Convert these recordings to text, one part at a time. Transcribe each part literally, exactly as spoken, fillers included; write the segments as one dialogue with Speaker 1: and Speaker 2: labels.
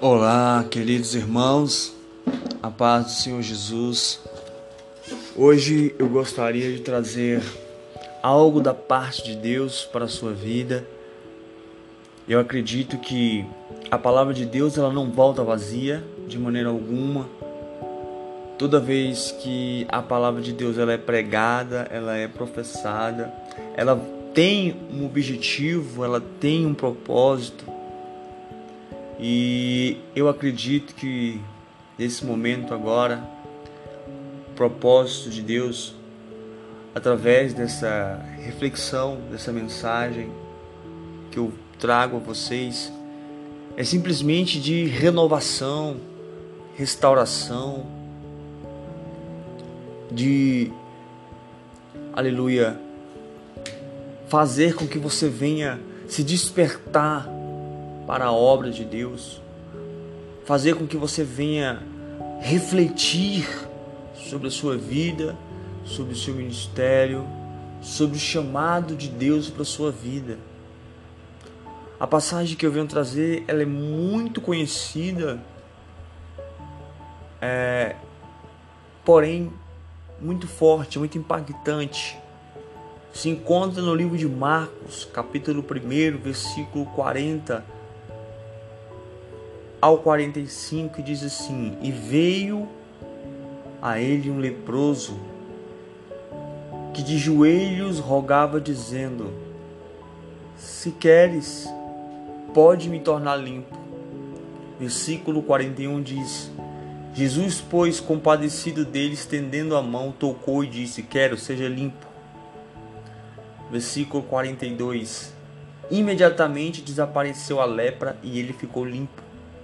Speaker 1: Olá, queridos irmãos, a paz do Senhor Jesus. Hoje eu gostaria de trazer algo da parte de Deus para a sua vida. Eu acredito que a palavra de Deus ela não volta vazia de maneira alguma. Toda vez que a palavra de Deus ela é pregada, ela é professada, ela tem um objetivo, ela tem um propósito. E eu acredito que nesse momento agora, o propósito de Deus, através dessa reflexão, dessa mensagem que eu trago a vocês, é simplesmente de renovação, restauração, de, aleluia, fazer com que você venha se despertar para a obra de Deus, fazer com que você venha refletir sobre a sua vida, sobre o seu ministério, sobre o chamado de Deus para a sua vida. A passagem que eu venho trazer, ela é muito conhecida, é, porém muito forte, muito impactante. Se encontra no livro de Marcos, capítulo um, versículo quarenta ao quarenta e cinco, diz assim: E veio a ele um leproso, que de joelhos rogava, dizendo: Se queres, pode me tornar limpo. Versículo quarenta e um diz: Jesus, pois, compadecido dele, estendendo a mão, tocou e disse: Quero, seja limpo. Versículo quarenta e dois: Imediatamente desapareceu a lepra e ele ficou limpo.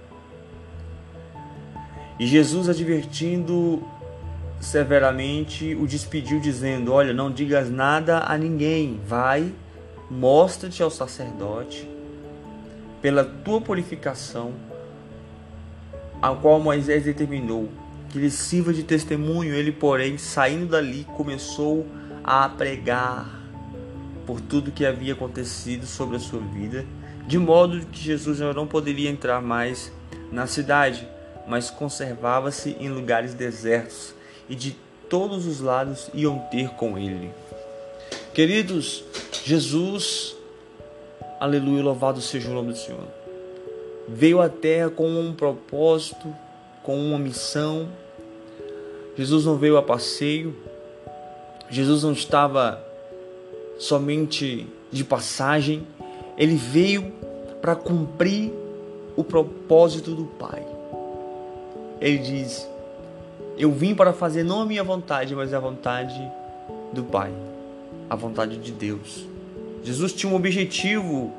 Speaker 1: E Jesus, advertindo severamente, o despediu, dizendo: Olha, não digas nada a ninguém. Vai, mostra-te ao sacerdote pela tua purificação, a qual Moisés determinou, que lhe sirva de testemunho. Ele, porém, saindo dali, começou a pregar por tudo que havia acontecido sobre a sua vida, de modo que Jesus não poderia entrar mais na cidade, mas conservava-se em lugares desertos, e de todos os lados iam ter com ele. Queridos, Jesus, aleluia, louvado seja o nome do Senhor, veio à terra com um propósito, com uma missão. Jesus não veio a passeio, Jesus não estava somente de passagem, ele veio para cumprir o propósito do Pai. Ele diz: Eu vim para fazer não a minha vontade, mas a vontade do Pai, a vontade de Deus. Jesus tinha um objetivo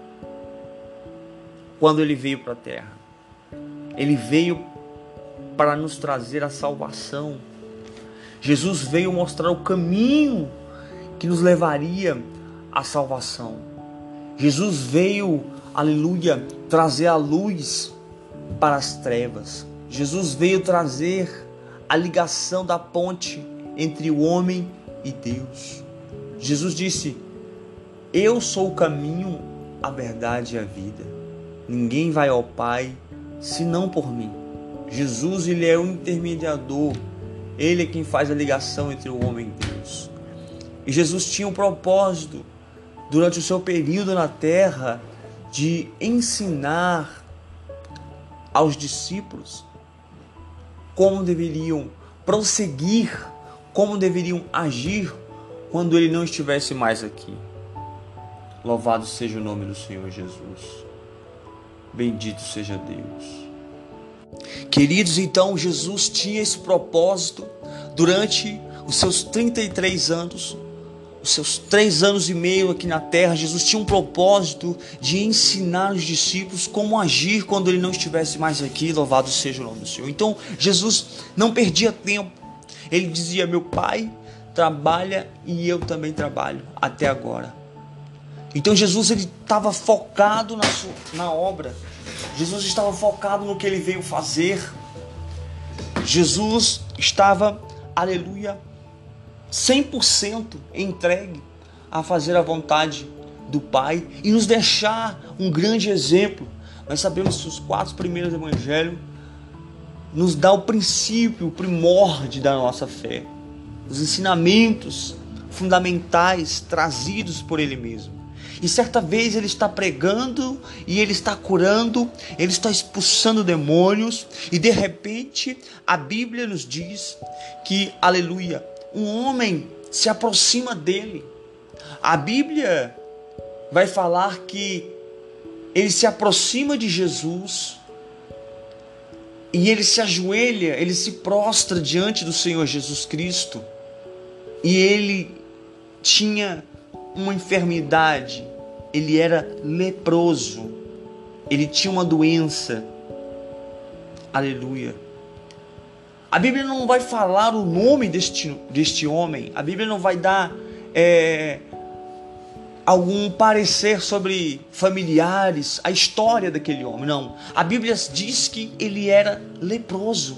Speaker 1: quando ele veio para a terra. Ele veio para nos trazer a salvação. Jesus veio mostrar o caminho que nos levaria à salvação. Jesus veio, aleluia, trazer a luz para as trevas. Jesus veio trazer a ligação da ponte entre o homem e Deus. Jesus disse: Eu sou o caminho, a verdade e a vida. Ninguém vai ao Pai senão por mim. Jesus, ele é o intermediador. Ele é quem faz a ligação entre o homem e Deus. E Jesus tinha um propósito, durante o seu período na terra, de ensinar aos discípulos como deveriam prosseguir, como deveriam agir quando ele não estivesse mais aqui. Louvado seja o nome do Senhor Jesus. Bendito seja Deus. Queridos, então Jesus tinha esse propósito durante os seus trinta e três anos, os seus três anos e meio aqui na terra. Jesus tinha um propósito de ensinar os discípulos como agir quando ele não estivesse mais aqui. Louvado seja o nome do Senhor. Então Jesus não perdia tempo. Ele dizia: Meu Pai trabalha e eu também trabalho até agora. Então Jesus ele estava focado na, sua, na obra. Jesus estava focado no que ele veio fazer. Jesus estava, aleluia, cem por cento entregue a fazer a vontade do Pai e nos deixar um grande exemplo Nós sabemos que os quatro primeiros evangelhos nos dá o princípio, o primórdio da nossa fé, os ensinamentos fundamentais trazidos por ele mesmo. E certa vez ele está pregando e ele está curando, ele está expulsando demônios, e de repente a Bíblia nos diz que, aleluia, um homem se aproxima dele. A Bíblia vai falar que ele se aproxima de Jesus e ele se ajoelha, ele se prostra diante do Senhor Jesus Cristo, e ele tinha uma enfermidade, ele era leproso, ele tinha uma doença, aleluia. A Bíblia não vai falar o nome deste, deste homem, a Bíblia não vai dar é, algum parecer sobre familiares, a história daquele homem, não. A Bíblia diz que ele era leproso.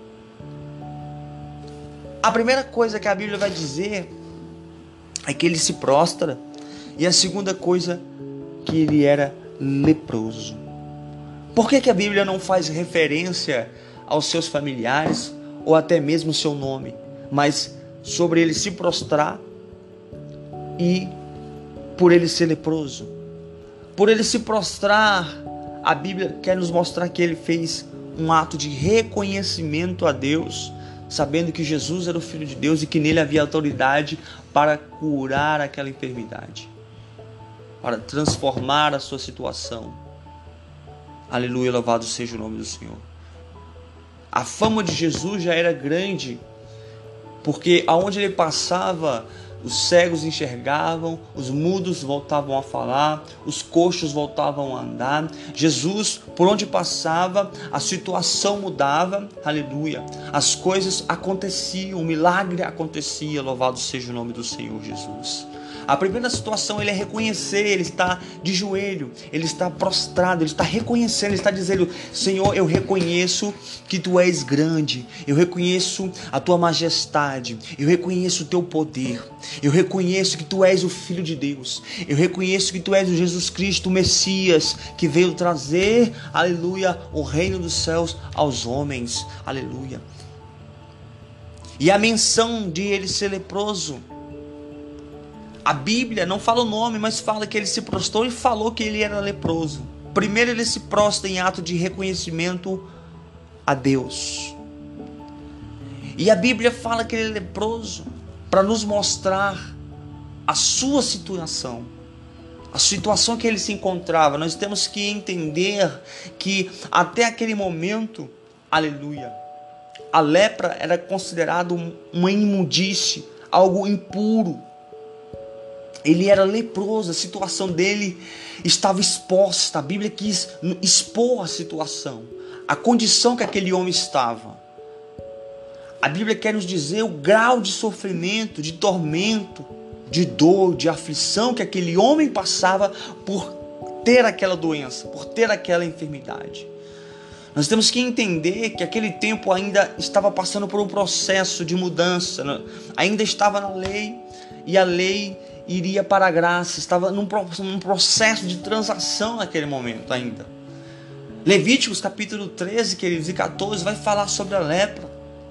Speaker 1: A primeira coisa que a Bíblia vai dizer é que ele se prostra, e a segunda coisa, que ele era leproso. Por que que a Bíblia não faz referência aos seus familiares, ou até mesmo o seu nome, mas sobre ele se prostrar e por ele ser leproso? Por ele se prostrar, a Bíblia quer nos mostrar que ele fez um ato de reconhecimento a Deus, sabendo que Jesus era o Filho de Deus e que nele havia autoridade para curar aquela enfermidade, para transformar a sua situação. Aleluia, louvado seja o nome do Senhor. A fama de Jesus já era grande, porque aonde ele passava, os cegos enxergavam, os mudos voltavam a falar, os coxos voltavam a andar. Jesus, por onde passava, a situação mudava, aleluia. As coisas aconteciam, o milagre acontecia, louvado seja o nome do Senhor Jesus. A primeira situação, ele é reconhecer, ele está de joelho, ele está prostrado, ele está reconhecendo, ele está dizendo: Senhor, eu reconheço que Tu és grande, eu reconheço a Tua majestade, eu reconheço o Teu poder, eu reconheço que Tu és o Filho de Deus, eu reconheço que Tu és o Jesus Cristo, o Messias, que veio trazer, aleluia, o reino dos céus aos homens, aleluia. E a menção de ele ser leproso, a Bíblia não fala o nome, mas fala que ele se prostrou e falou que ele era leproso. Primeiro ele se prostra em ato de reconhecimento a Deus. E a Bíblia fala que ele é leproso para nos mostrar a sua situação, a situação que ele se encontrava. Nós temos que entender que até aquele momento, aleluia, a lepra era considerado uma imundície, algo impuro. Ele era leproso, a situação dele estava exposta. A Bíblia quis expor a situação, a condição que aquele homem estava. A Bíblia quer nos dizer o grau de sofrimento, de tormento, de dor, de aflição que aquele homem passava por ter aquela doença, por ter aquela enfermidade. Nós temos que entender que aquele tempo ainda estava passando por um processo de mudança, ainda estava na lei, e a lei iria para a graça, estava num, num processo de transação naquele momento ainda. Levíticos capítulo treze, queridos, e quatorze vai falar sobre a lepra.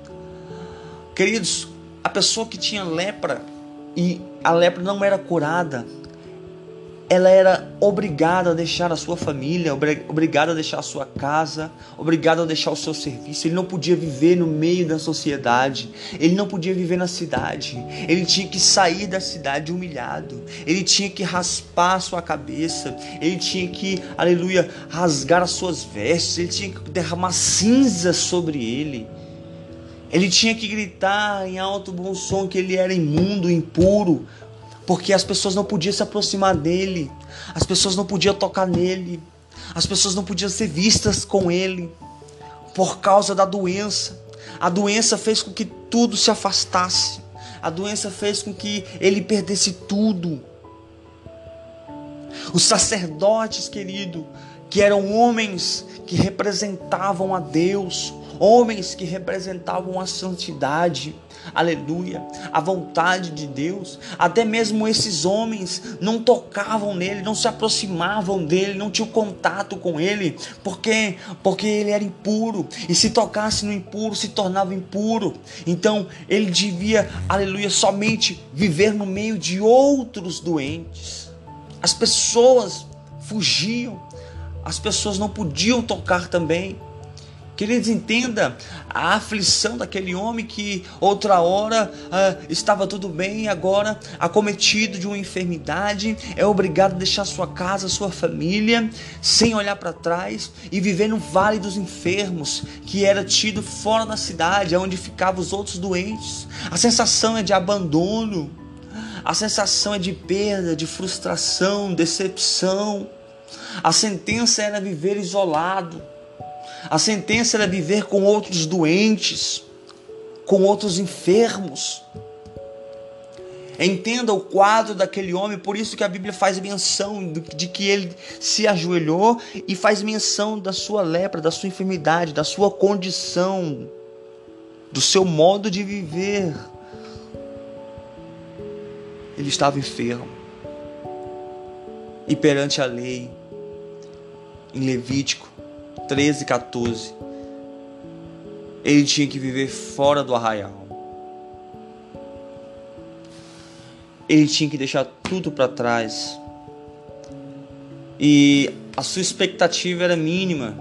Speaker 1: Queridos, a pessoa que tinha lepra e a lepra não era curada, ela era obrigada a deixar a sua família, obrigada a deixar a sua casa, obrigada a deixar o seu serviço. Ele não podia viver no meio da sociedade, ele não podia viver na cidade, ele tinha que sair da cidade humilhado, ele tinha que raspar a sua cabeça, ele tinha que, aleluia, rasgar as suas vestes, ele tinha que derramar cinza sobre ele, ele tinha que gritar em alto bom som que ele era imundo, impuro, porque as pessoas não podiam se aproximar dele, as pessoas não podiam tocar nele, as pessoas não podiam ser vistas com ele, por causa da doença. A doença fez com que tudo se afastasse, a doença fez com que ele perdesse tudo. Os sacerdotes, querido, que eram homens que representavam a Deus, homens que representavam a santidade, aleluia, a vontade de Deus. Até mesmo esses homens não tocavam nele, não se aproximavam dele, não tinham contato com ele, porque, porque ele era impuro, e se tocasse no impuro, se tornava impuro. Então ele devia, aleluia, somente viver no meio de outros doentes. As pessoas fugiam, as pessoas não podiam tocar também. Queridos, entenda a aflição daquele homem que outra hora ah, estava tudo bem, agora acometido de uma enfermidade, é obrigado a deixar sua casa, sua família, sem olhar para trás, e viver no vale dos enfermos, que era tido fora da cidade, onde ficavam os outros doentes. A sensação é de abandono, a sensação é de perda, de frustração, decepção. A sentença era viver isolado. A sentença era viver com outros doentes, com outros enfermos. Entenda o quadro daquele homem, por isso que a Bíblia faz menção de que ele se ajoelhou e faz menção da sua lepra, da sua enfermidade, da sua condição, do seu modo de viver. Ele estava enfermo. E perante a lei, em Levítico treze, quatorze, ele tinha que viver fora do arraial. Ele tinha que deixar tudo para trás. E a sua expectativa era mínima.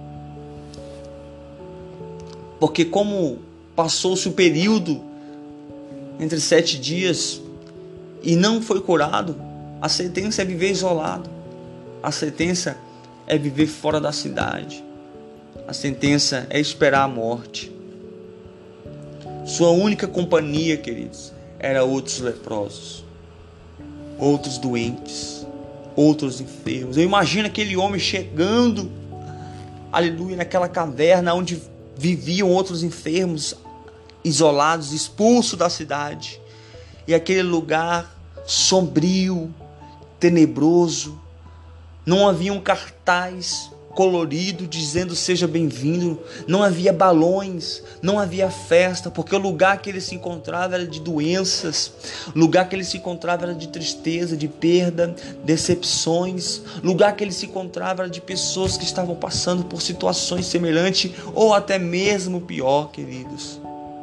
Speaker 1: Porque como passou-se o período entre sete dias e não foi curado, a sentença é viver isolado. A sentença é viver fora da cidade. A sentença é esperar a morte. Sua única companhia, queridos, era outros leprosos, outros doentes, outros enfermos. Eu imagino aquele homem chegando, aleluia, naquela caverna onde viviam outros enfermos, isolados, expulsos da cidade. E aquele lugar sombrio, tenebroso. Não havia um cartaz colorido dizendo seja bem-vindo. Não havia balões, não havia festa, porque o lugar que ele se encontrava era de doenças. O lugar que ele se encontrava era de tristeza, de perda, decepções. O lugar que ele se encontrava era de pessoas que estavam passando por situações semelhantes ou até mesmo pior, queridos.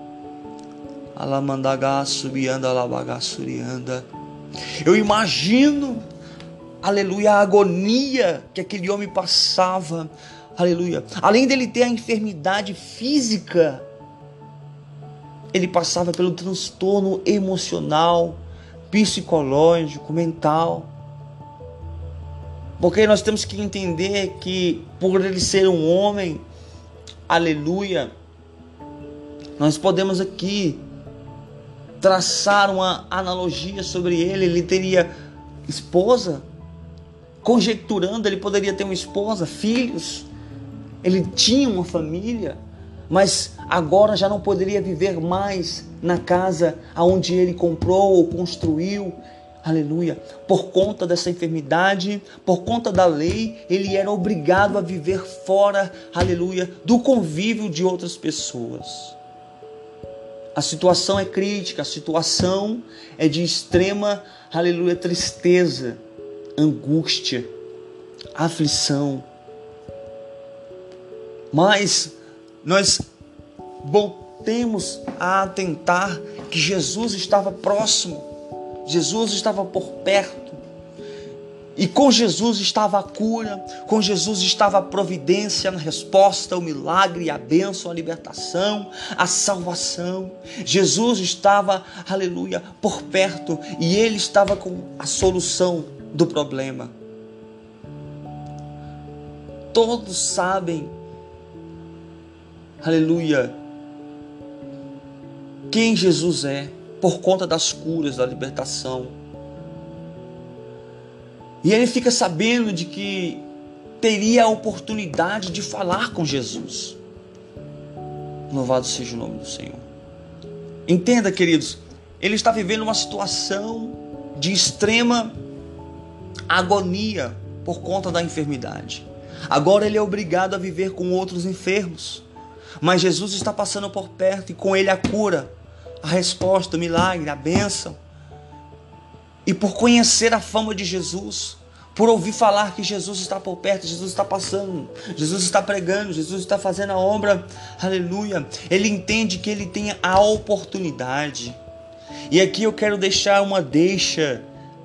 Speaker 1: Alamandagaçurianda, alabagaçurianda. Eu imagino, aleluia, a agonia que aquele homem passava, aleluia. Além dele ter a enfermidade física, ele passava pelo transtorno emocional, psicológico, mental. Porque nós temos que entender que por ele ser um homem, aleluia, nós podemos aqui traçar uma analogia sobre ele. Ele teria esposa, conjecturando, ele poderia ter uma esposa, filhos, ele tinha uma família, mas agora já não poderia viver mais na casa aonde ele comprou ou construiu, aleluia. Por conta dessa enfermidade, por conta da lei, ele era obrigado a viver fora, aleluia, do convívio de outras pessoas. A situação é crítica, a situação é de extrema, aleluia, tristeza, angústia, aflição. Mas nós voltemos a atentar que Jesus estava próximo, Jesus estava por perto. E com Jesus estava a cura, com Jesus estava a providência, a resposta, o milagre, a bênção, a libertação, a salvação. Jesus estava, aleluia, por perto, e ele estava com a solução do problema. Todos sabem, aleluia, quem Jesus é, por conta das curas, da libertação. E ele fica sabendo de que teria a oportunidade de falar com Jesus. Louvado seja o nome do Senhor. Entenda, queridos, ele está vivendo uma situação de extrema agonia por conta da enfermidade. Agora ele é obrigado a viver com outros enfermos. mas Jesus está passando por perto e com ele a cura, a resposta, o milagre, a bênção. E por conhecer a fama de Jesus, por ouvir falar que Jesus está por perto, Jesus está passando, Jesus está pregando, Jesus está fazendo a obra, aleluia, ele entende que ele tem a oportunidade. E aqui eu quero deixar uma deixa,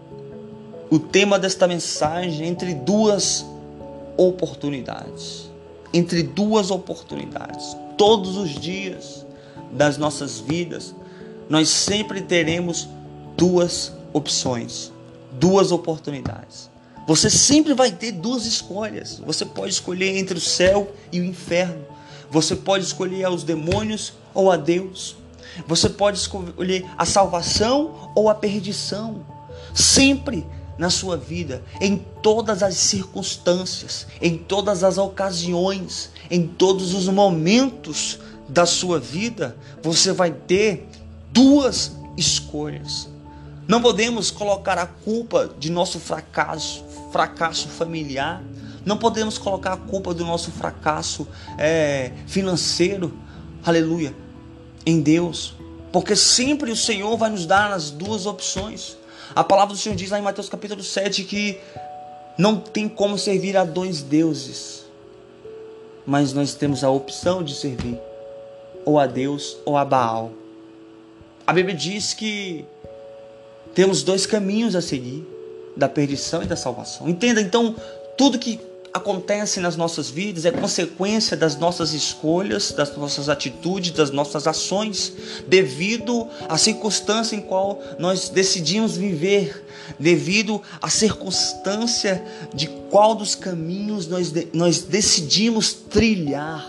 Speaker 1: o tema desta mensagem, entre duas oportunidades. Entre duas oportunidades. Todos os dias das nossas vidas, nós sempre teremos duas opções, duas oportunidades. Você sempre vai ter duas escolhas. Você pode escolher entre o céu e o inferno. Você pode escolher os demônios ou a Deus. Você pode escolher a salvação ou a perdição. Sempre na sua vida, em todas as circunstâncias, em todas as ocasiões, em todos os momentos da sua vida, você vai ter duas escolhas. Não podemos colocar a culpa de nosso fracasso, fracasso familiar. Não podemos colocar a culpa do nosso fracasso é, financeiro, aleluia, em Deus. Porque sempre o Senhor vai nos dar as duas opções. A palavra do Senhor diz lá em Mateus capítulo sete que não tem como servir a dois deuses. Mas nós temos a opção de servir ou a Deus ou a Baal. A Bíblia diz que temos dois caminhos a seguir, da perdição e da salvação. Entenda, então, tudo que acontece nas nossas vidas é consequência das nossas escolhas, das nossas atitudes, das nossas ações, devido à circunstância em qual nós decidimos viver, devido à circunstância de qual dos caminhos nós, nós decidimos trilhar.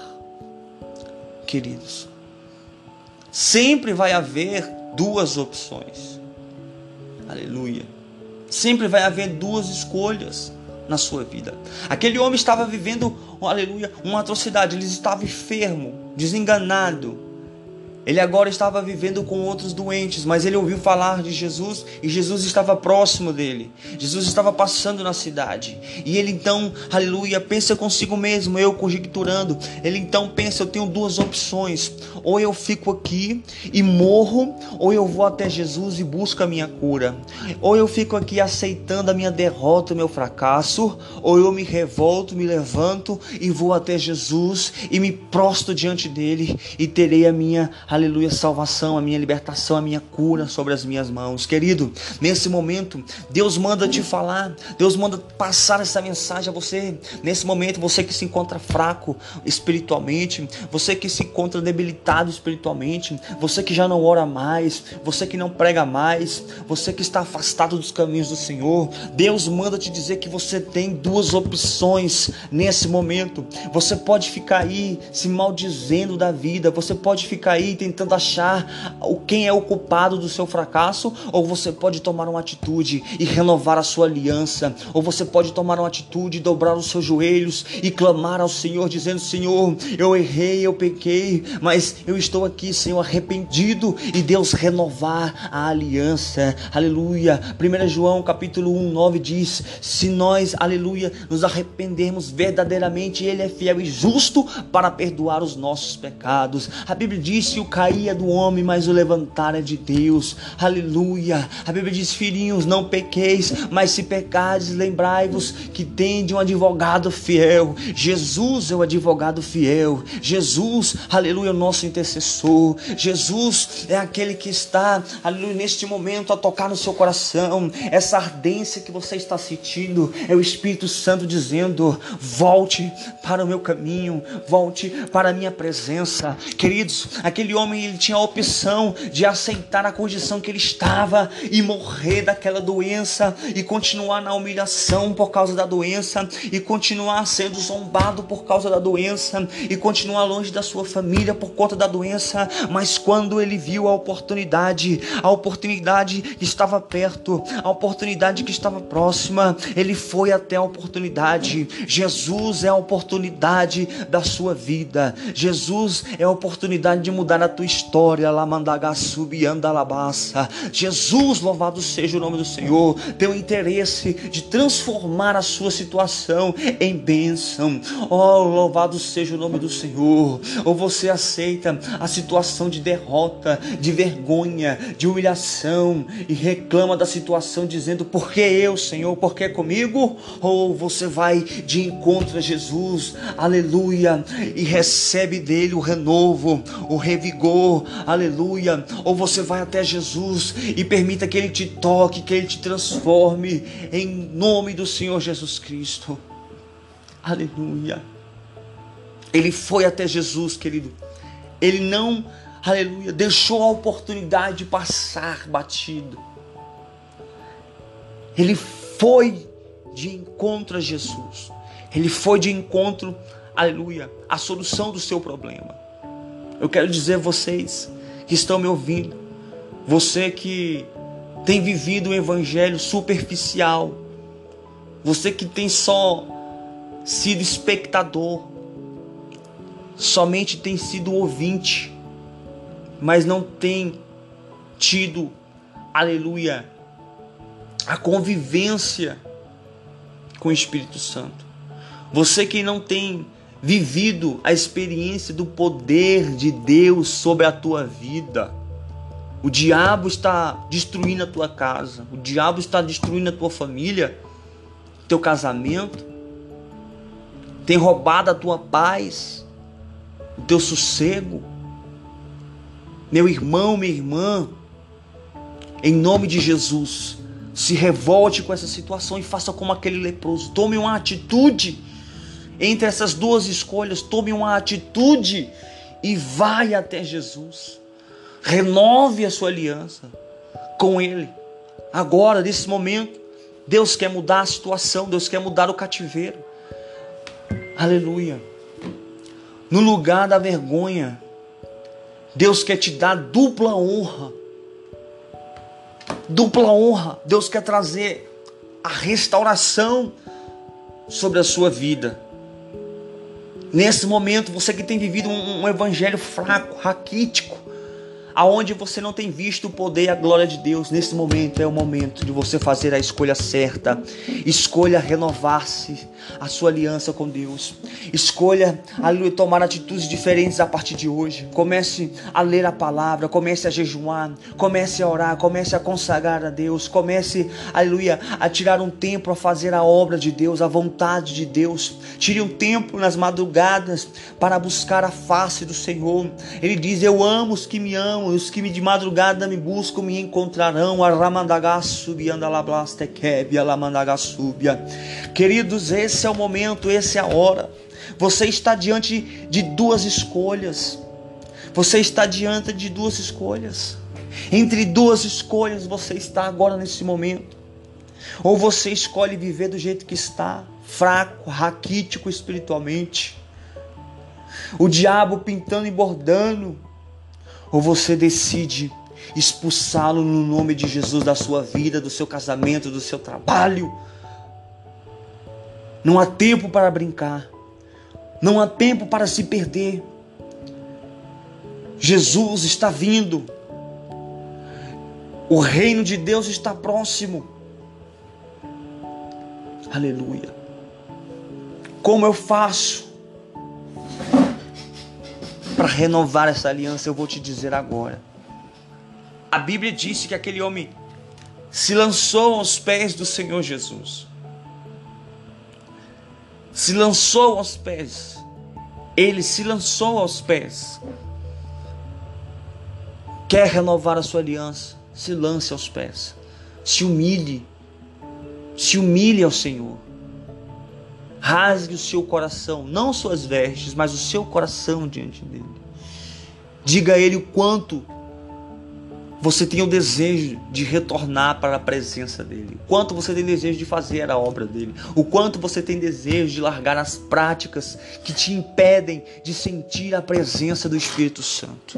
Speaker 1: Queridos, sempre vai haver duas opções. Aleluia. Sempre vai haver duas escolhas na sua vida. Aquele homem estava vivendo, aleluia, uma atrocidade. Ele estava enfermo, desenganado. Ele agora estava vivendo com outros doentes, mas ele ouviu falar de Jesus e Jesus estava próximo dele. Jesus estava passando na cidade. E ele então, aleluia, pensa consigo mesmo, eu conjecturando. Ele então pensa, eu tenho duas opções. Ou eu fico aqui e morro, ou eu vou até Jesus e busco a minha cura. Ou eu fico aqui aceitando a minha derrota, o meu fracasso, ou eu me revolto, me levanto e vou até Jesus e me prostro diante dele e terei a minha, aleluia, salvação, a minha libertação, a minha cura sobre as minhas mãos. Querido, nesse momento, Deus manda te falar, Deus manda passar essa mensagem a você. Nesse momento, você que se encontra fraco espiritualmente, você que se encontra debilitado espiritualmente, você que já não ora mais, você que não prega mais, você que está afastado dos caminhos do Senhor, Deus manda te dizer que você tem duas opções nesse momento. Você pode ficar aí se maldizendo da vida, você pode ficar aí tentando achar quem é o culpado do seu fracasso, ou você pode tomar uma atitude e renovar a sua aliança, ou você pode tomar uma atitude, dobrar os seus joelhos e clamar ao Senhor, dizendo: Senhor, eu errei, eu pequei, mas eu estou aqui, Senhor, arrependido, e Deus renovar a aliança. Aleluia. primeiro João capítulo um, nove diz: se nós, aleluia, nos arrependermos verdadeiramente, Ele é fiel e justo para perdoar os nossos pecados. A Bíblia diz que o cair é do homem, mas o levantar é de Deus. Aleluia. A Bíblia diz: filhinhos, não pequeis, mas se pecardes, lembrai-vos que tende um advogado fiel. Jesus é o advogado fiel. Jesus, aleluia, é o nosso intercessor. Jesus é aquele que está, aleluia, neste momento a tocar no seu coração. Essa ardência que você está sentindo é o Espírito Santo dizendo: volte para o meu caminho, volte para a minha presença. Queridos, aquele homem, ele tinha a opção de aceitar a condição que ele estava e morrer daquela doença e continuar na humilhação por causa da doença e continuar sendo zombado por causa da doença e continuar longe da sua família por conta da doença. Mas quando ele viu a oportunidade, a oportunidade que estava perto, a oportunidade que estava próxima, ele foi até a oportunidade. Jesus é a oportunidade da sua vida. Jesus é a oportunidade de mudar a tua história. Jesus, louvado seja o nome do Senhor, tem o interesse de transformar a sua situação em bênção. Oh, louvado seja o nome do Senhor. Ou você aceita a situação de derrota, de vergonha, de humilhação e reclama da situação dizendo: por que eu, Senhor? Por que comigo? Ou você vai de encontro a Jesus, aleluia, e recebe dele o renovo, o revigor, aleluia. Ou você vai até Jesus e permita que ele te toque, que ele te transforme em nome do Senhor Jesus Cristo, aleluia. Ele foi até Jesus, querido. Ele não, aleluia, deixou a oportunidade de passar batido. Ele foi de encontro a Jesus. Ele foi de encontro, aleluia, à solução do seu problema. Eu quero dizer a vocês que estão me ouvindo, você que tem vivido um evangelho superficial, você que tem só sido espectador, somente tem sido ouvinte, mas não tem tido, aleluia, a convivência com o Espírito Santo. Você que não tem vivido a experiência do poder de Deus sobre a tua vida. O diabo está destruindo a tua casa, o diabo está destruindo a tua família, teu casamento, tem roubado a tua paz, o teu sossego. Meu irmão, minha irmã, em nome de Jesus, se revolte com essa situação e faça como aquele leproso. Tome uma atitude entre essas duas escolhas. Tome uma atitude e vai até Jesus. Renove a sua aliança com Ele. Agora, nesse momento, Deus quer mudar a situação. Deus quer mudar o cativeiro. Aleluia. No lugar da vergonha, Deus quer te dar dupla honra. Dupla honra. Deus quer trazer a restauração sobre a sua vida. Nesse momento, você que tem vivido um, um evangelho fraco, raquítico, aonde você não tem visto o poder e a glória de Deus, nesse momento é o momento de você fazer a escolha certa. Escolha renovar-se a sua aliança com Deus. Escolha, aleluia, tomar atitudes diferentes a partir de hoje. Comece a ler a palavra, comece a jejuar, comece a orar, comece a consagrar a Deus, comece, aleluia, a tirar um tempo a fazer a obra de Deus, a vontade de Deus. Tire um tempo nas madrugadas para buscar a face do Senhor. Ele diz: eu amo os que me amam, os que de madrugada me buscam me encontrarão. Queridos, esse é o momento, essa é a hora. Você está diante de duas escolhas. Você está diante de duas escolhas. Entre duas escolhas você está agora nesse momento. Ou você escolhe viver do jeito que está, fraco, raquítico espiritualmente, o diabo pintando e bordando. Ou você decide expulsá-lo no nome de Jesus da sua vida, do seu casamento, do seu trabalho. Não há tempo para brincar. Não há tempo para se perder. Jesus está vindo. O reino de Deus está próximo. Aleluia. Como eu faço para renovar essa aliança? Eu vou te dizer agora. A Bíblia disse que aquele homem se lançou aos pés do Senhor Jesus. Se lançou aos pés. Ele se lançou aos pés. Quer renovar a sua aliança? Se lance aos pés. Se humilhe. Se humilhe ao Senhor. Rasgue o seu coração, não suas vestes, mas o seu coração diante dele. Diga a ele o quanto você tem o desejo de retornar para a presença dele, o quanto você tem desejo de fazer a obra dele, o quanto você tem desejo de largar as práticas que te impedem de sentir a presença do Espírito Santo.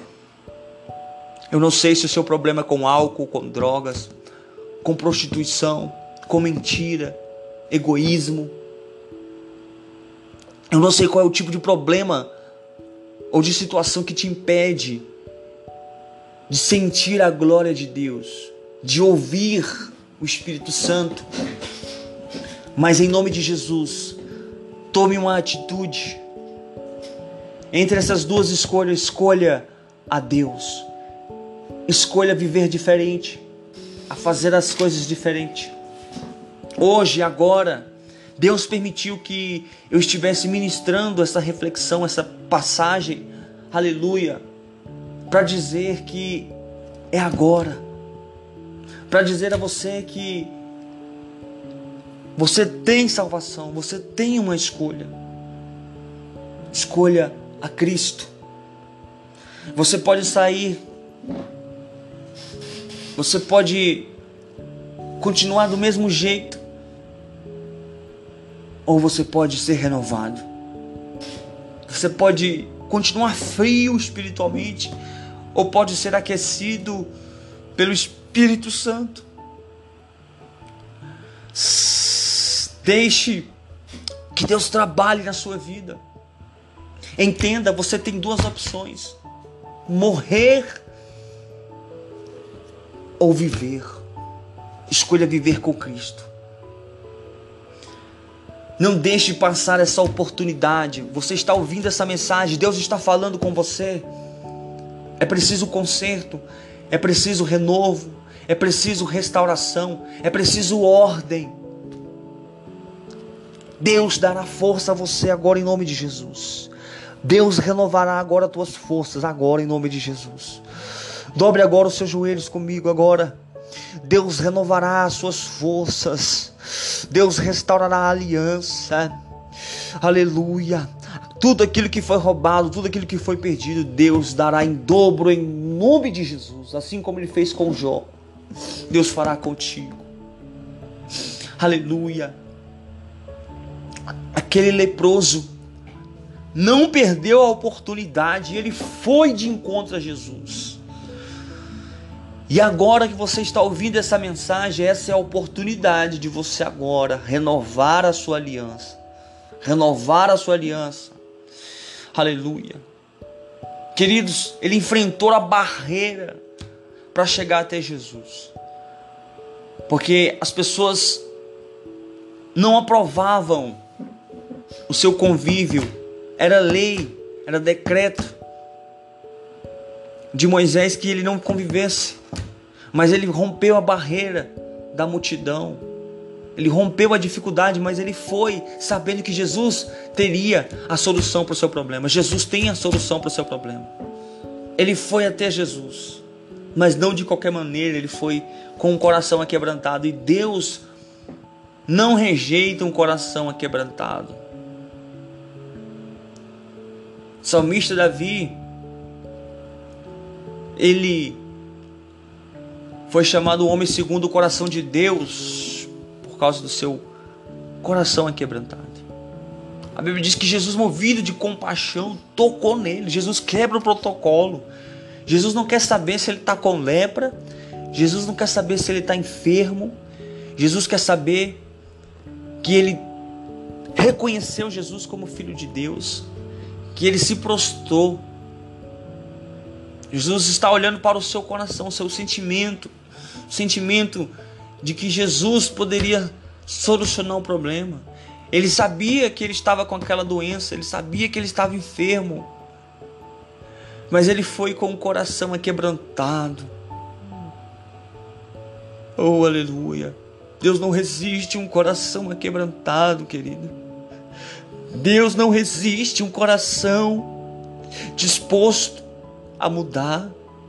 Speaker 1: Eu não sei se o seu problema é com álcool, com drogas, com prostituição, com mentira, egoísmo. Eu não sei qual é o tipo de problema ou de situação que te impede de sentir a glória de Deus, de ouvir o Espírito Santo. Mas em nome de Jesus, tome uma atitude. Entre essas duas escolhas, escolha a Deus. Escolha viver diferente, a fazer as coisas diferente. Hoje, agora, Deus permitiu que eu estivesse ministrando essa reflexão, essa passagem, aleluia, para dizer que é agora, para dizer a você que você tem salvação, você tem uma escolha. Escolha a Cristo. Você pode sair, você pode continuar do mesmo jeito, ou você pode ser renovado. Você pode continuar frio espiritualmente, ou pode ser aquecido pelo Espírito Santo. Deixe que Deus trabalhe na sua vida. Entenda, você tem duas opções: morrer ou viver. Escolha viver com Cristo. Não deixe passar essa oportunidade. Você está ouvindo essa mensagem, Deus está falando com você. É preciso conserto, é preciso renovo, é preciso restauração, é preciso ordem. Deus dará força a você agora em nome de Jesus. Deus renovará agora as tuas forças agora em nome de Jesus. Dobre agora os seus joelhos comigo agora. Deus renovará as suas forças. Deus restaurará a aliança. Aleluia. Tudo aquilo que foi roubado, tudo aquilo que foi perdido, Deus dará em dobro em nome de Jesus. Assim como Ele fez com Jó, Deus fará contigo. Aleluia. Aquele leproso não perdeu a oportunidade, ele foi de encontro a Jesus. E agora que você está ouvindo essa mensagem, essa é a oportunidade de você agora renovar a sua aliança. Renovar a sua aliança. Aleluia. Queridos, ele enfrentou a barreira para chegar até Jesus. Porque as pessoas não aprovavam o seu convívio. Era lei, era decreto de Moisés que ele não convivesse. Mas ele rompeu a barreira da multidão. Ele rompeu a dificuldade, mas ele foi sabendo que Jesus teria a solução para o seu problema. Jesus tem a solução para o seu problema. Ele foi até Jesus, mas não de qualquer maneira. Ele foi com o coração aquebrantado. E Deus não rejeita um coração aquebrantado. O salmista Davi, ele foi chamado o homem segundo o coração de Deus por causa do seu coração aquebrantado. A Bíblia diz que Jesus, movido de compaixão, tocou nele. Jesus quebra o protocolo. Jesus não quer saber se ele está com lepra. Jesus não quer saber se ele está enfermo. Jesus quer saber que ele reconheceu Jesus como Filho de Deus, que ele se prostrou. Jesus está olhando para o seu coração, o seu sentimento, o sentimento de que Jesus poderia solucionar o problema. Ele sabia que ele estava com aquela doença, ele sabia que ele estava enfermo, mas ele foi com o coração aquebrantado. Oh, aleluia! Deus não resiste um coração aquebrantado, querido. Deus não resiste um coração disposto a mudar.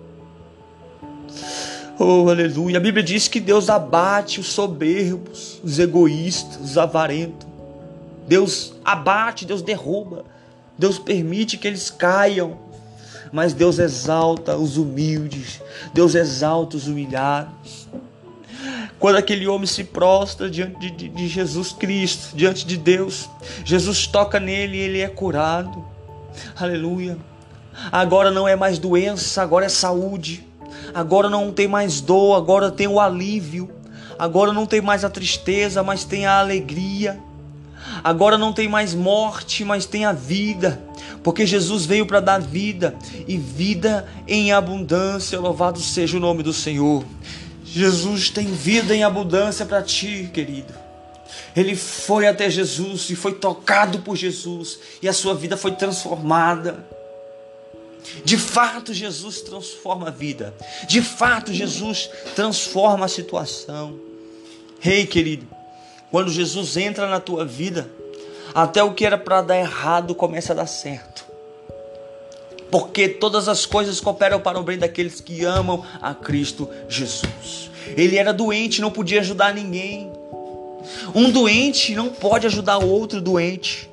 Speaker 1: Oh, aleluia. A Bíblia diz que Deus abate os soberbos, os egoístas, os avarentos. Deus abate, Deus derruba. Deus permite que eles caiam. Mas Deus exalta os humildes. Deus exalta os humilhados. Quando aquele homem se prostra diante de, de, de Jesus Cristo, diante de Deus, Jesus toca nele e ele é curado. Aleluia. Agora não é mais doença, agora é saúde. Agora não tem mais dor, agora tem o alívio. Agora não tem mais a tristeza, mas tem a alegria. Agora não tem mais morte, mas tem a vida, porque Jesus veio para dar vida e vida em abundância. Louvado seja o nome do Senhor. Jesus tem vida em abundância para ti, querido. Ele foi até Jesus e foi tocado por Jesus e a sua vida foi transformada. De fato, Jesus transforma a vida. De fato, Jesus transforma a situação. Ei, querido, quando Jesus entra na tua vida, até o que era para dar errado começa a dar certo. Porque todas as coisas cooperam para o bem daqueles que amam a Cristo Jesus. Ele era doente, não podia ajudar ninguém. Um doente não pode ajudar outro doente.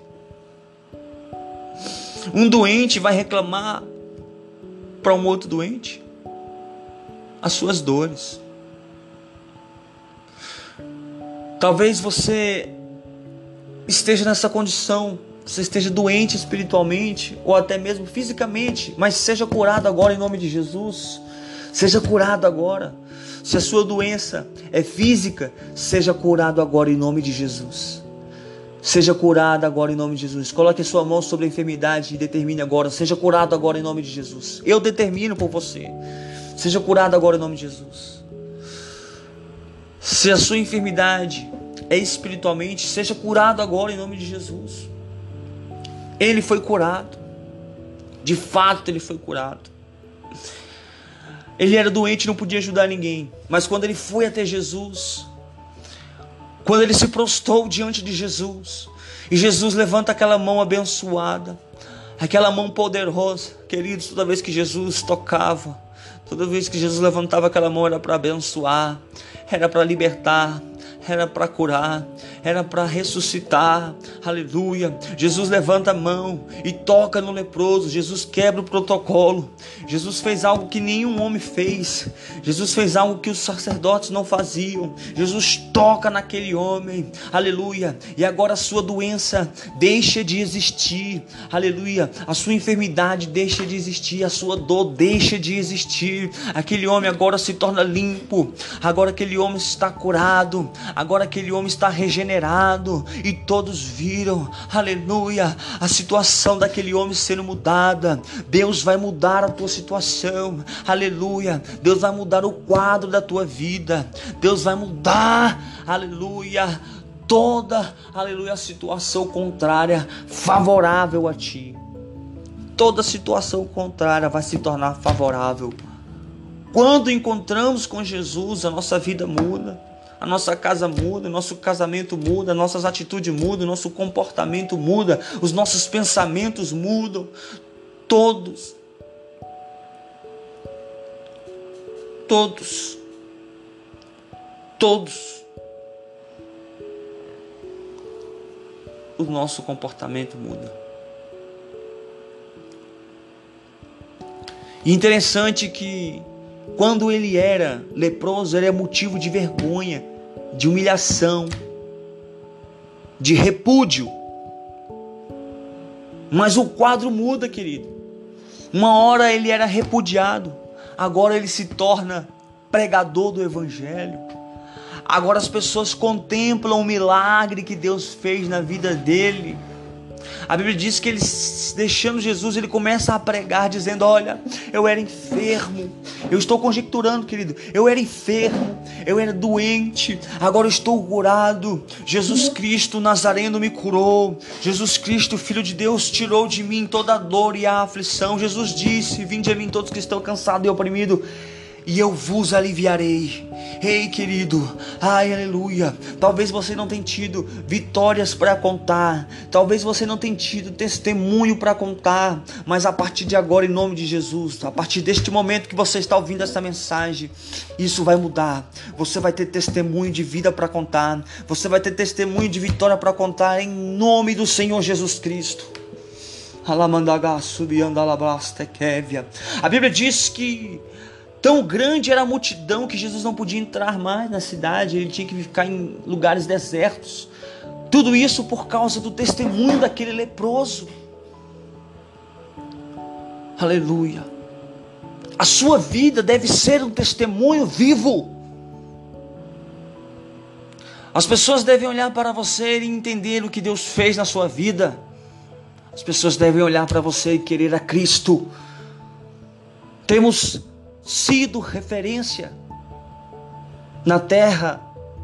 Speaker 1: Um doente vai reclamar para um outro doente as suas dores. Talvez você esteja nessa condição, você esteja doente espiritualmente ou até mesmo fisicamente, mas seja curado agora em nome de Jesus. Seja curado agora. Se a sua doença é física, seja curado agora em nome de Jesus. Seja curado agora em nome de Jesus. Coloque a sua mão sobre a enfermidade e determine agora. Seja curado agora em nome de Jesus. Eu determino por você. Seja curado agora em nome de Jesus. Se a sua enfermidade é espiritualmente, seja curado agora em nome de Jesus. Ele foi curado. De fato, ele foi curado. Ele era doente, não podia ajudar ninguém. Mas quando ele foi até Jesus, quando ele se prostrou diante de Jesus, e Jesus levanta aquela mão abençoada, aquela mão poderosa, queridos, toda vez que Jesus tocava, toda vez que Jesus levantava aquela mão, era para abençoar, era para libertar, era para curar, era para ressuscitar. Aleluia. Jesus levanta a mão e toca no leproso. Jesus quebra o protocolo. Jesus fez algo que nenhum homem fez. Jesus fez algo que os sacerdotes não faziam. Jesus toca naquele homem. Aleluia. E agora a sua doença deixa de existir. Aleluia. A sua enfermidade deixa de existir. A sua dor deixa de existir. Aquele homem agora se torna limpo. Agora aquele homem está curado. Agora aquele homem está regenerado. E todos viram, aleluia, a situação daquele homem sendo mudada. Deus vai mudar a tua situação, aleluia. Deus vai mudar o quadro da tua vida. Deus vai mudar, aleluia, toda, aleluia, a situação contrária favorável a ti. Toda situação contrária vai se tornar favorável. Quando encontramos com Jesus, a nossa vida muda. A nossa casa muda, nosso casamento muda, nossas atitudes mudam, nosso comportamento muda, os nossos pensamentos mudam. Todos, todos, todos, o nosso comportamento muda. E interessante que quando ele era leproso, ele era motivo de vergonha, de humilhação, de repúdio. Mas o quadro muda, querido. Uma hora ele era repudiado, agora ele se torna pregador do evangelho. Agora as pessoas contemplam o milagre que Deus fez na vida dele. A Bíblia diz que ele, deixando Jesus, ele começa a pregar, dizendo: olha, eu era enfermo. Eu estou conjecturando, querido. Eu era enfermo, eu era doente, agora eu estou curado. Jesus Cristo Nazareno me curou. Jesus Cristo, Filho de Deus, tirou de mim toda a dor e a aflição. Jesus disse: vinde a mim todos que estão cansados e oprimidos, e eu vos aliviarei. Ei, querido, ai, aleluia. Talvez você não tenha tido vitórias para contar, talvez você não tenha tido testemunho para contar, mas a partir de agora, em nome de Jesus, a partir deste momento que você está ouvindo essa mensagem, isso vai mudar. Você vai ter testemunho de vida para contar, você vai ter testemunho de vitória para contar, em nome do Senhor Jesus Cristo. A Bíblia diz que tão grande era a multidão que Jesus não podia entrar mais na cidade, ele tinha que ficar em lugares desertos. Tudo isso por causa do testemunho daquele leproso. Aleluia. A sua vida deve ser um testemunho vivo. As pessoas devem olhar para você e entender o que Deus fez na sua vida. As pessoas devem olhar para você e querer a Cristo. Temos sido referência na terra.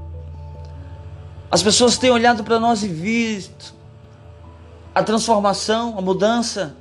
Speaker 1: As pessoas têm olhado para nós e visto a transformação, a mudança.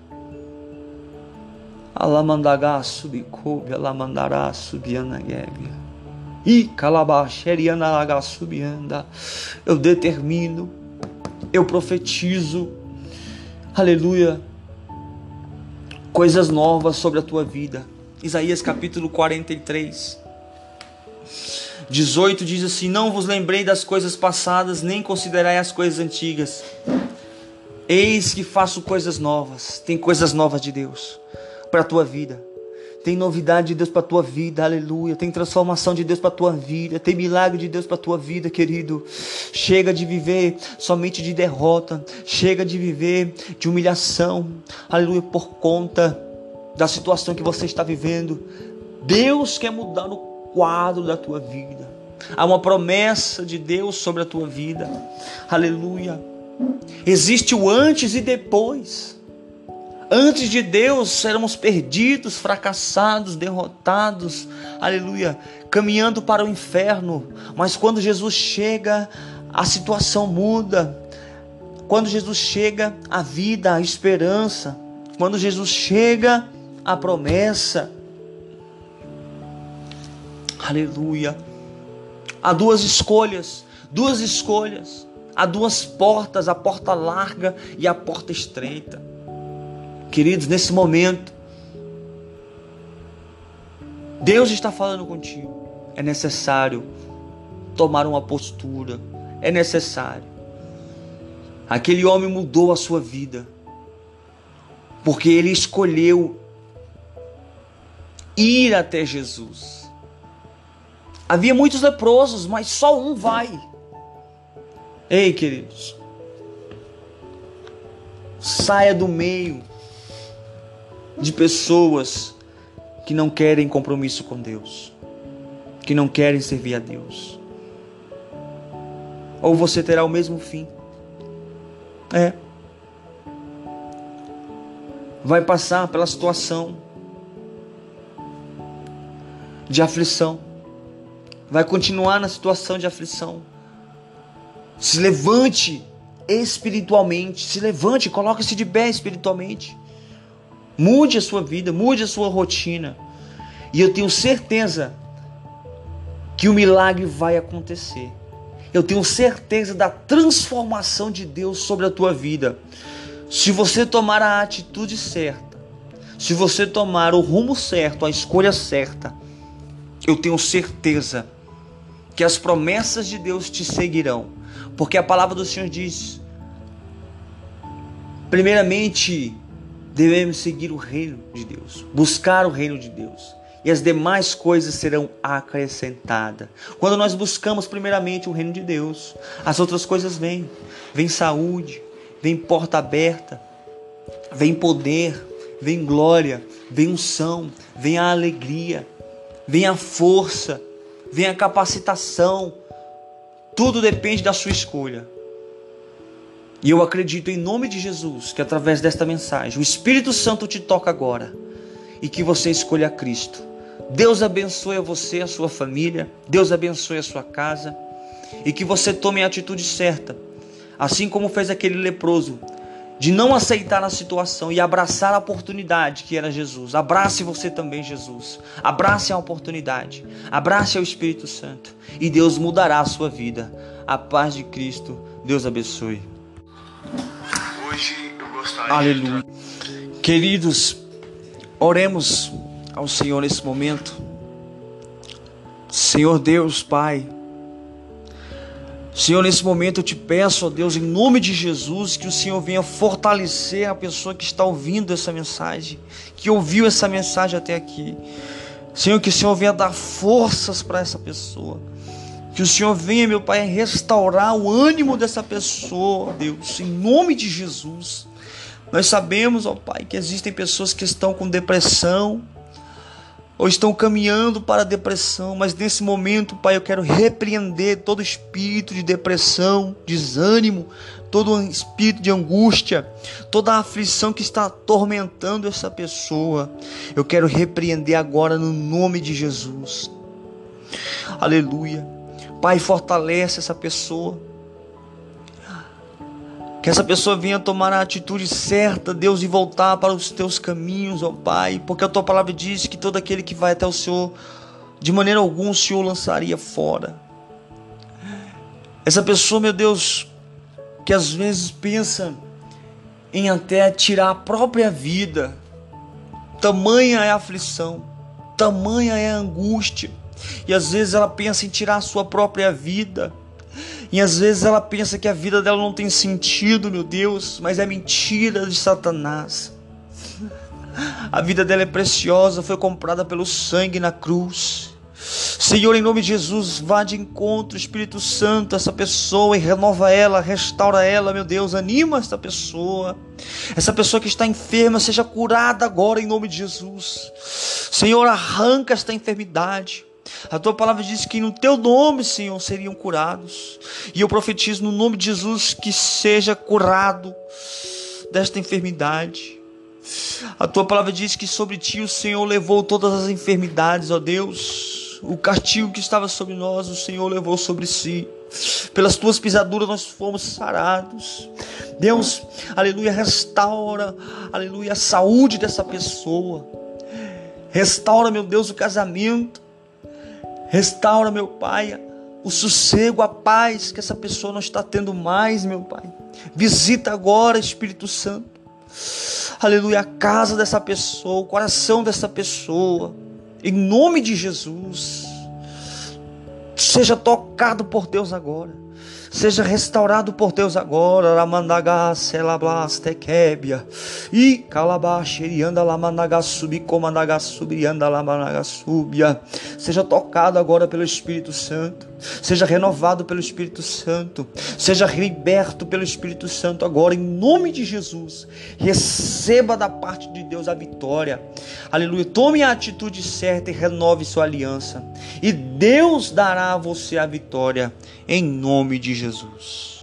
Speaker 1: Alamandagá subikobe, alamandará subianagébia. E calabaxerianagá subianda. Eu determino, eu profetizo, aleluia, coisas novas sobre a tua vida. Isaías capítulo quarenta e três, dezoito diz assim: não vos lembrei das coisas passadas, nem considerai as coisas antigas. Eis que faço coisas novas. Tem coisas novas de Deus para a tua vida. Tem novidade de Deus para a tua vida, aleluia. Tem transformação de Deus para a tua vida. Tem milagre de Deus para a tua vida, querido. Chega de viver somente de derrota. Chega de viver de humilhação, aleluia, por conta da situação que você está vivendo. Deus quer mudar o quadro da tua vida. Há uma promessa de Deus sobre a tua vida, aleluia. Existe o antes e depois. Antes de Deus éramos perdidos, fracassados, derrotados, aleluia, caminhando para o inferno. Mas quando Jesus chega, a situação muda. Quando Jesus chega, a vida, a esperança. Quando Jesus chega, a promessa. Aleluia. Há duas escolhas, duas escolhas. Há duas portas, a porta larga e a porta estreita. Queridos, nesse momento, Deus está falando contigo. É necessário tomar uma postura. É necessário. Aquele homem mudou a sua vida, porque ele escolheu ir até Jesus. Havia muitos leprosos, mas só um vai. Ei, queridos, saia do meio de pessoas que não querem compromisso com Deus, que não querem servir a Deus, ou você terá o mesmo fim. É, vai passar pela situação de aflição, vai continuar na situação de aflição. Se levante espiritualmente, se levante, coloque-se de pé espiritualmente. Mude a sua vida, mude a sua rotina. E eu tenho certeza que o milagre vai acontecer. Eu tenho certeza da transformação de Deus sobre a tua vida. Se você tomar a atitude certa, se você tomar o rumo certo, a escolha certa, eu tenho certeza que as promessas de Deus te seguirão. Porque a palavra do Senhor diz: primeiramente, devemos seguir o reino de Deus, buscar o reino de Deus, e as demais coisas serão acrescentadas. Quando nós buscamos primeiramente o reino de Deus, as outras coisas vêm. Vem saúde, vem porta aberta, vem poder, vem glória, vem unção, vem a alegria, vem a força, vem a capacitação. Tudo depende da sua escolha. E eu acredito em nome de Jesus que através desta mensagem o Espírito Santo te toca agora e que você escolha Cristo. Deus abençoe a você, a sua família. Deus abençoe a sua casa e que você tome a atitude certa, assim como fez aquele leproso, de não aceitar a situação e abraçar a oportunidade que era Jesus. Abrace você também, Jesus. Abrace a oportunidade. Abrace ao Espírito Santo e Deus mudará a sua vida. A paz de Cristo. Deus abençoe.
Speaker 2: Hoje eu gostaria
Speaker 1: Aleluia. Queridos, oremos ao Senhor nesse momento. Senhor Deus, Pai, Senhor, nesse momento eu te peço, ó Deus, em nome de Jesus, que o Senhor venha fortalecer a pessoa que está ouvindo essa mensagem, que ouviu essa mensagem até aqui. Senhor, que o Senhor venha dar forças para essa pessoa. Que o Senhor venha, meu Pai, restaurar o ânimo dessa pessoa, ó Deus, em nome de Jesus. Nós sabemos, ó Pai, que existem pessoas que estão com depressão, ou estão caminhando para a depressão, mas nesse momento, Pai, eu quero repreender todo espírito de depressão, desânimo, todo espírito de angústia, toda a aflição que está atormentando essa pessoa. Eu quero repreender agora no nome de Jesus. Aleluia. Pai, fortalece essa pessoa. Que essa pessoa venha tomar a atitude certa, Deus, e voltar para os teus caminhos, ó Pai. Porque a tua palavra diz que todo aquele que vai até o Senhor, de maneira alguma o Senhor lançaria fora. Essa pessoa, meu Deus, que às vezes pensa em até tirar a própria vida. Tamanha é a aflição, tamanha é a angústia. E às vezes ela pensa em tirar a sua própria vida. E às vezes ela pensa que a vida dela não tem sentido, meu Deus, mas é mentira de Satanás. A vida dela é preciosa, foi comprada pelo sangue na cruz. Senhor, em nome de Jesus, vá de encontro, Espírito Santo, essa pessoa, e renova ela, restaura ela, meu Deus, anima essa pessoa. Essa pessoa que está enferma, seja curada agora em nome de Jesus. Senhor, arranca esta enfermidade. A tua palavra diz que no teu nome, Senhor, seriam curados. E eu profetizo no nome de Jesus que seja curado desta enfermidade. A tua palavra diz que sobre ti o Senhor levou todas as enfermidades, ó Deus. O castigo que estava sobre nós, o Senhor levou sobre si. Pelas tuas pisaduras nós fomos sarados. Deus, aleluia, restaura, aleluia, a saúde dessa pessoa. Restaura, meu Deus, o casamento. Restaura, meu Pai, o sossego, a paz que essa pessoa não está tendo mais, meu Pai. Visita agora, Espírito Santo. Aleluia, a casa dessa pessoa, o coração dessa pessoa. Em nome de Jesus. Seja tocado por Deus agora. Seja restaurado por Deus agora. Ramandagá, Selablas, Tequébia. E Calabaxerianda, Lamanagasubi, Comandagasubianda, Lamanagasúbia. Seja tocado agora pelo Espírito Santo. Seja renovado pelo Espírito Santo. Seja liberto pelo Espírito Santo agora, em nome de Jesus. Receba da parte de Deus a vitória. Aleluia. Tome a atitude certa e renove sua aliança. E Deus dará a você a vitória, em nome de Jesus.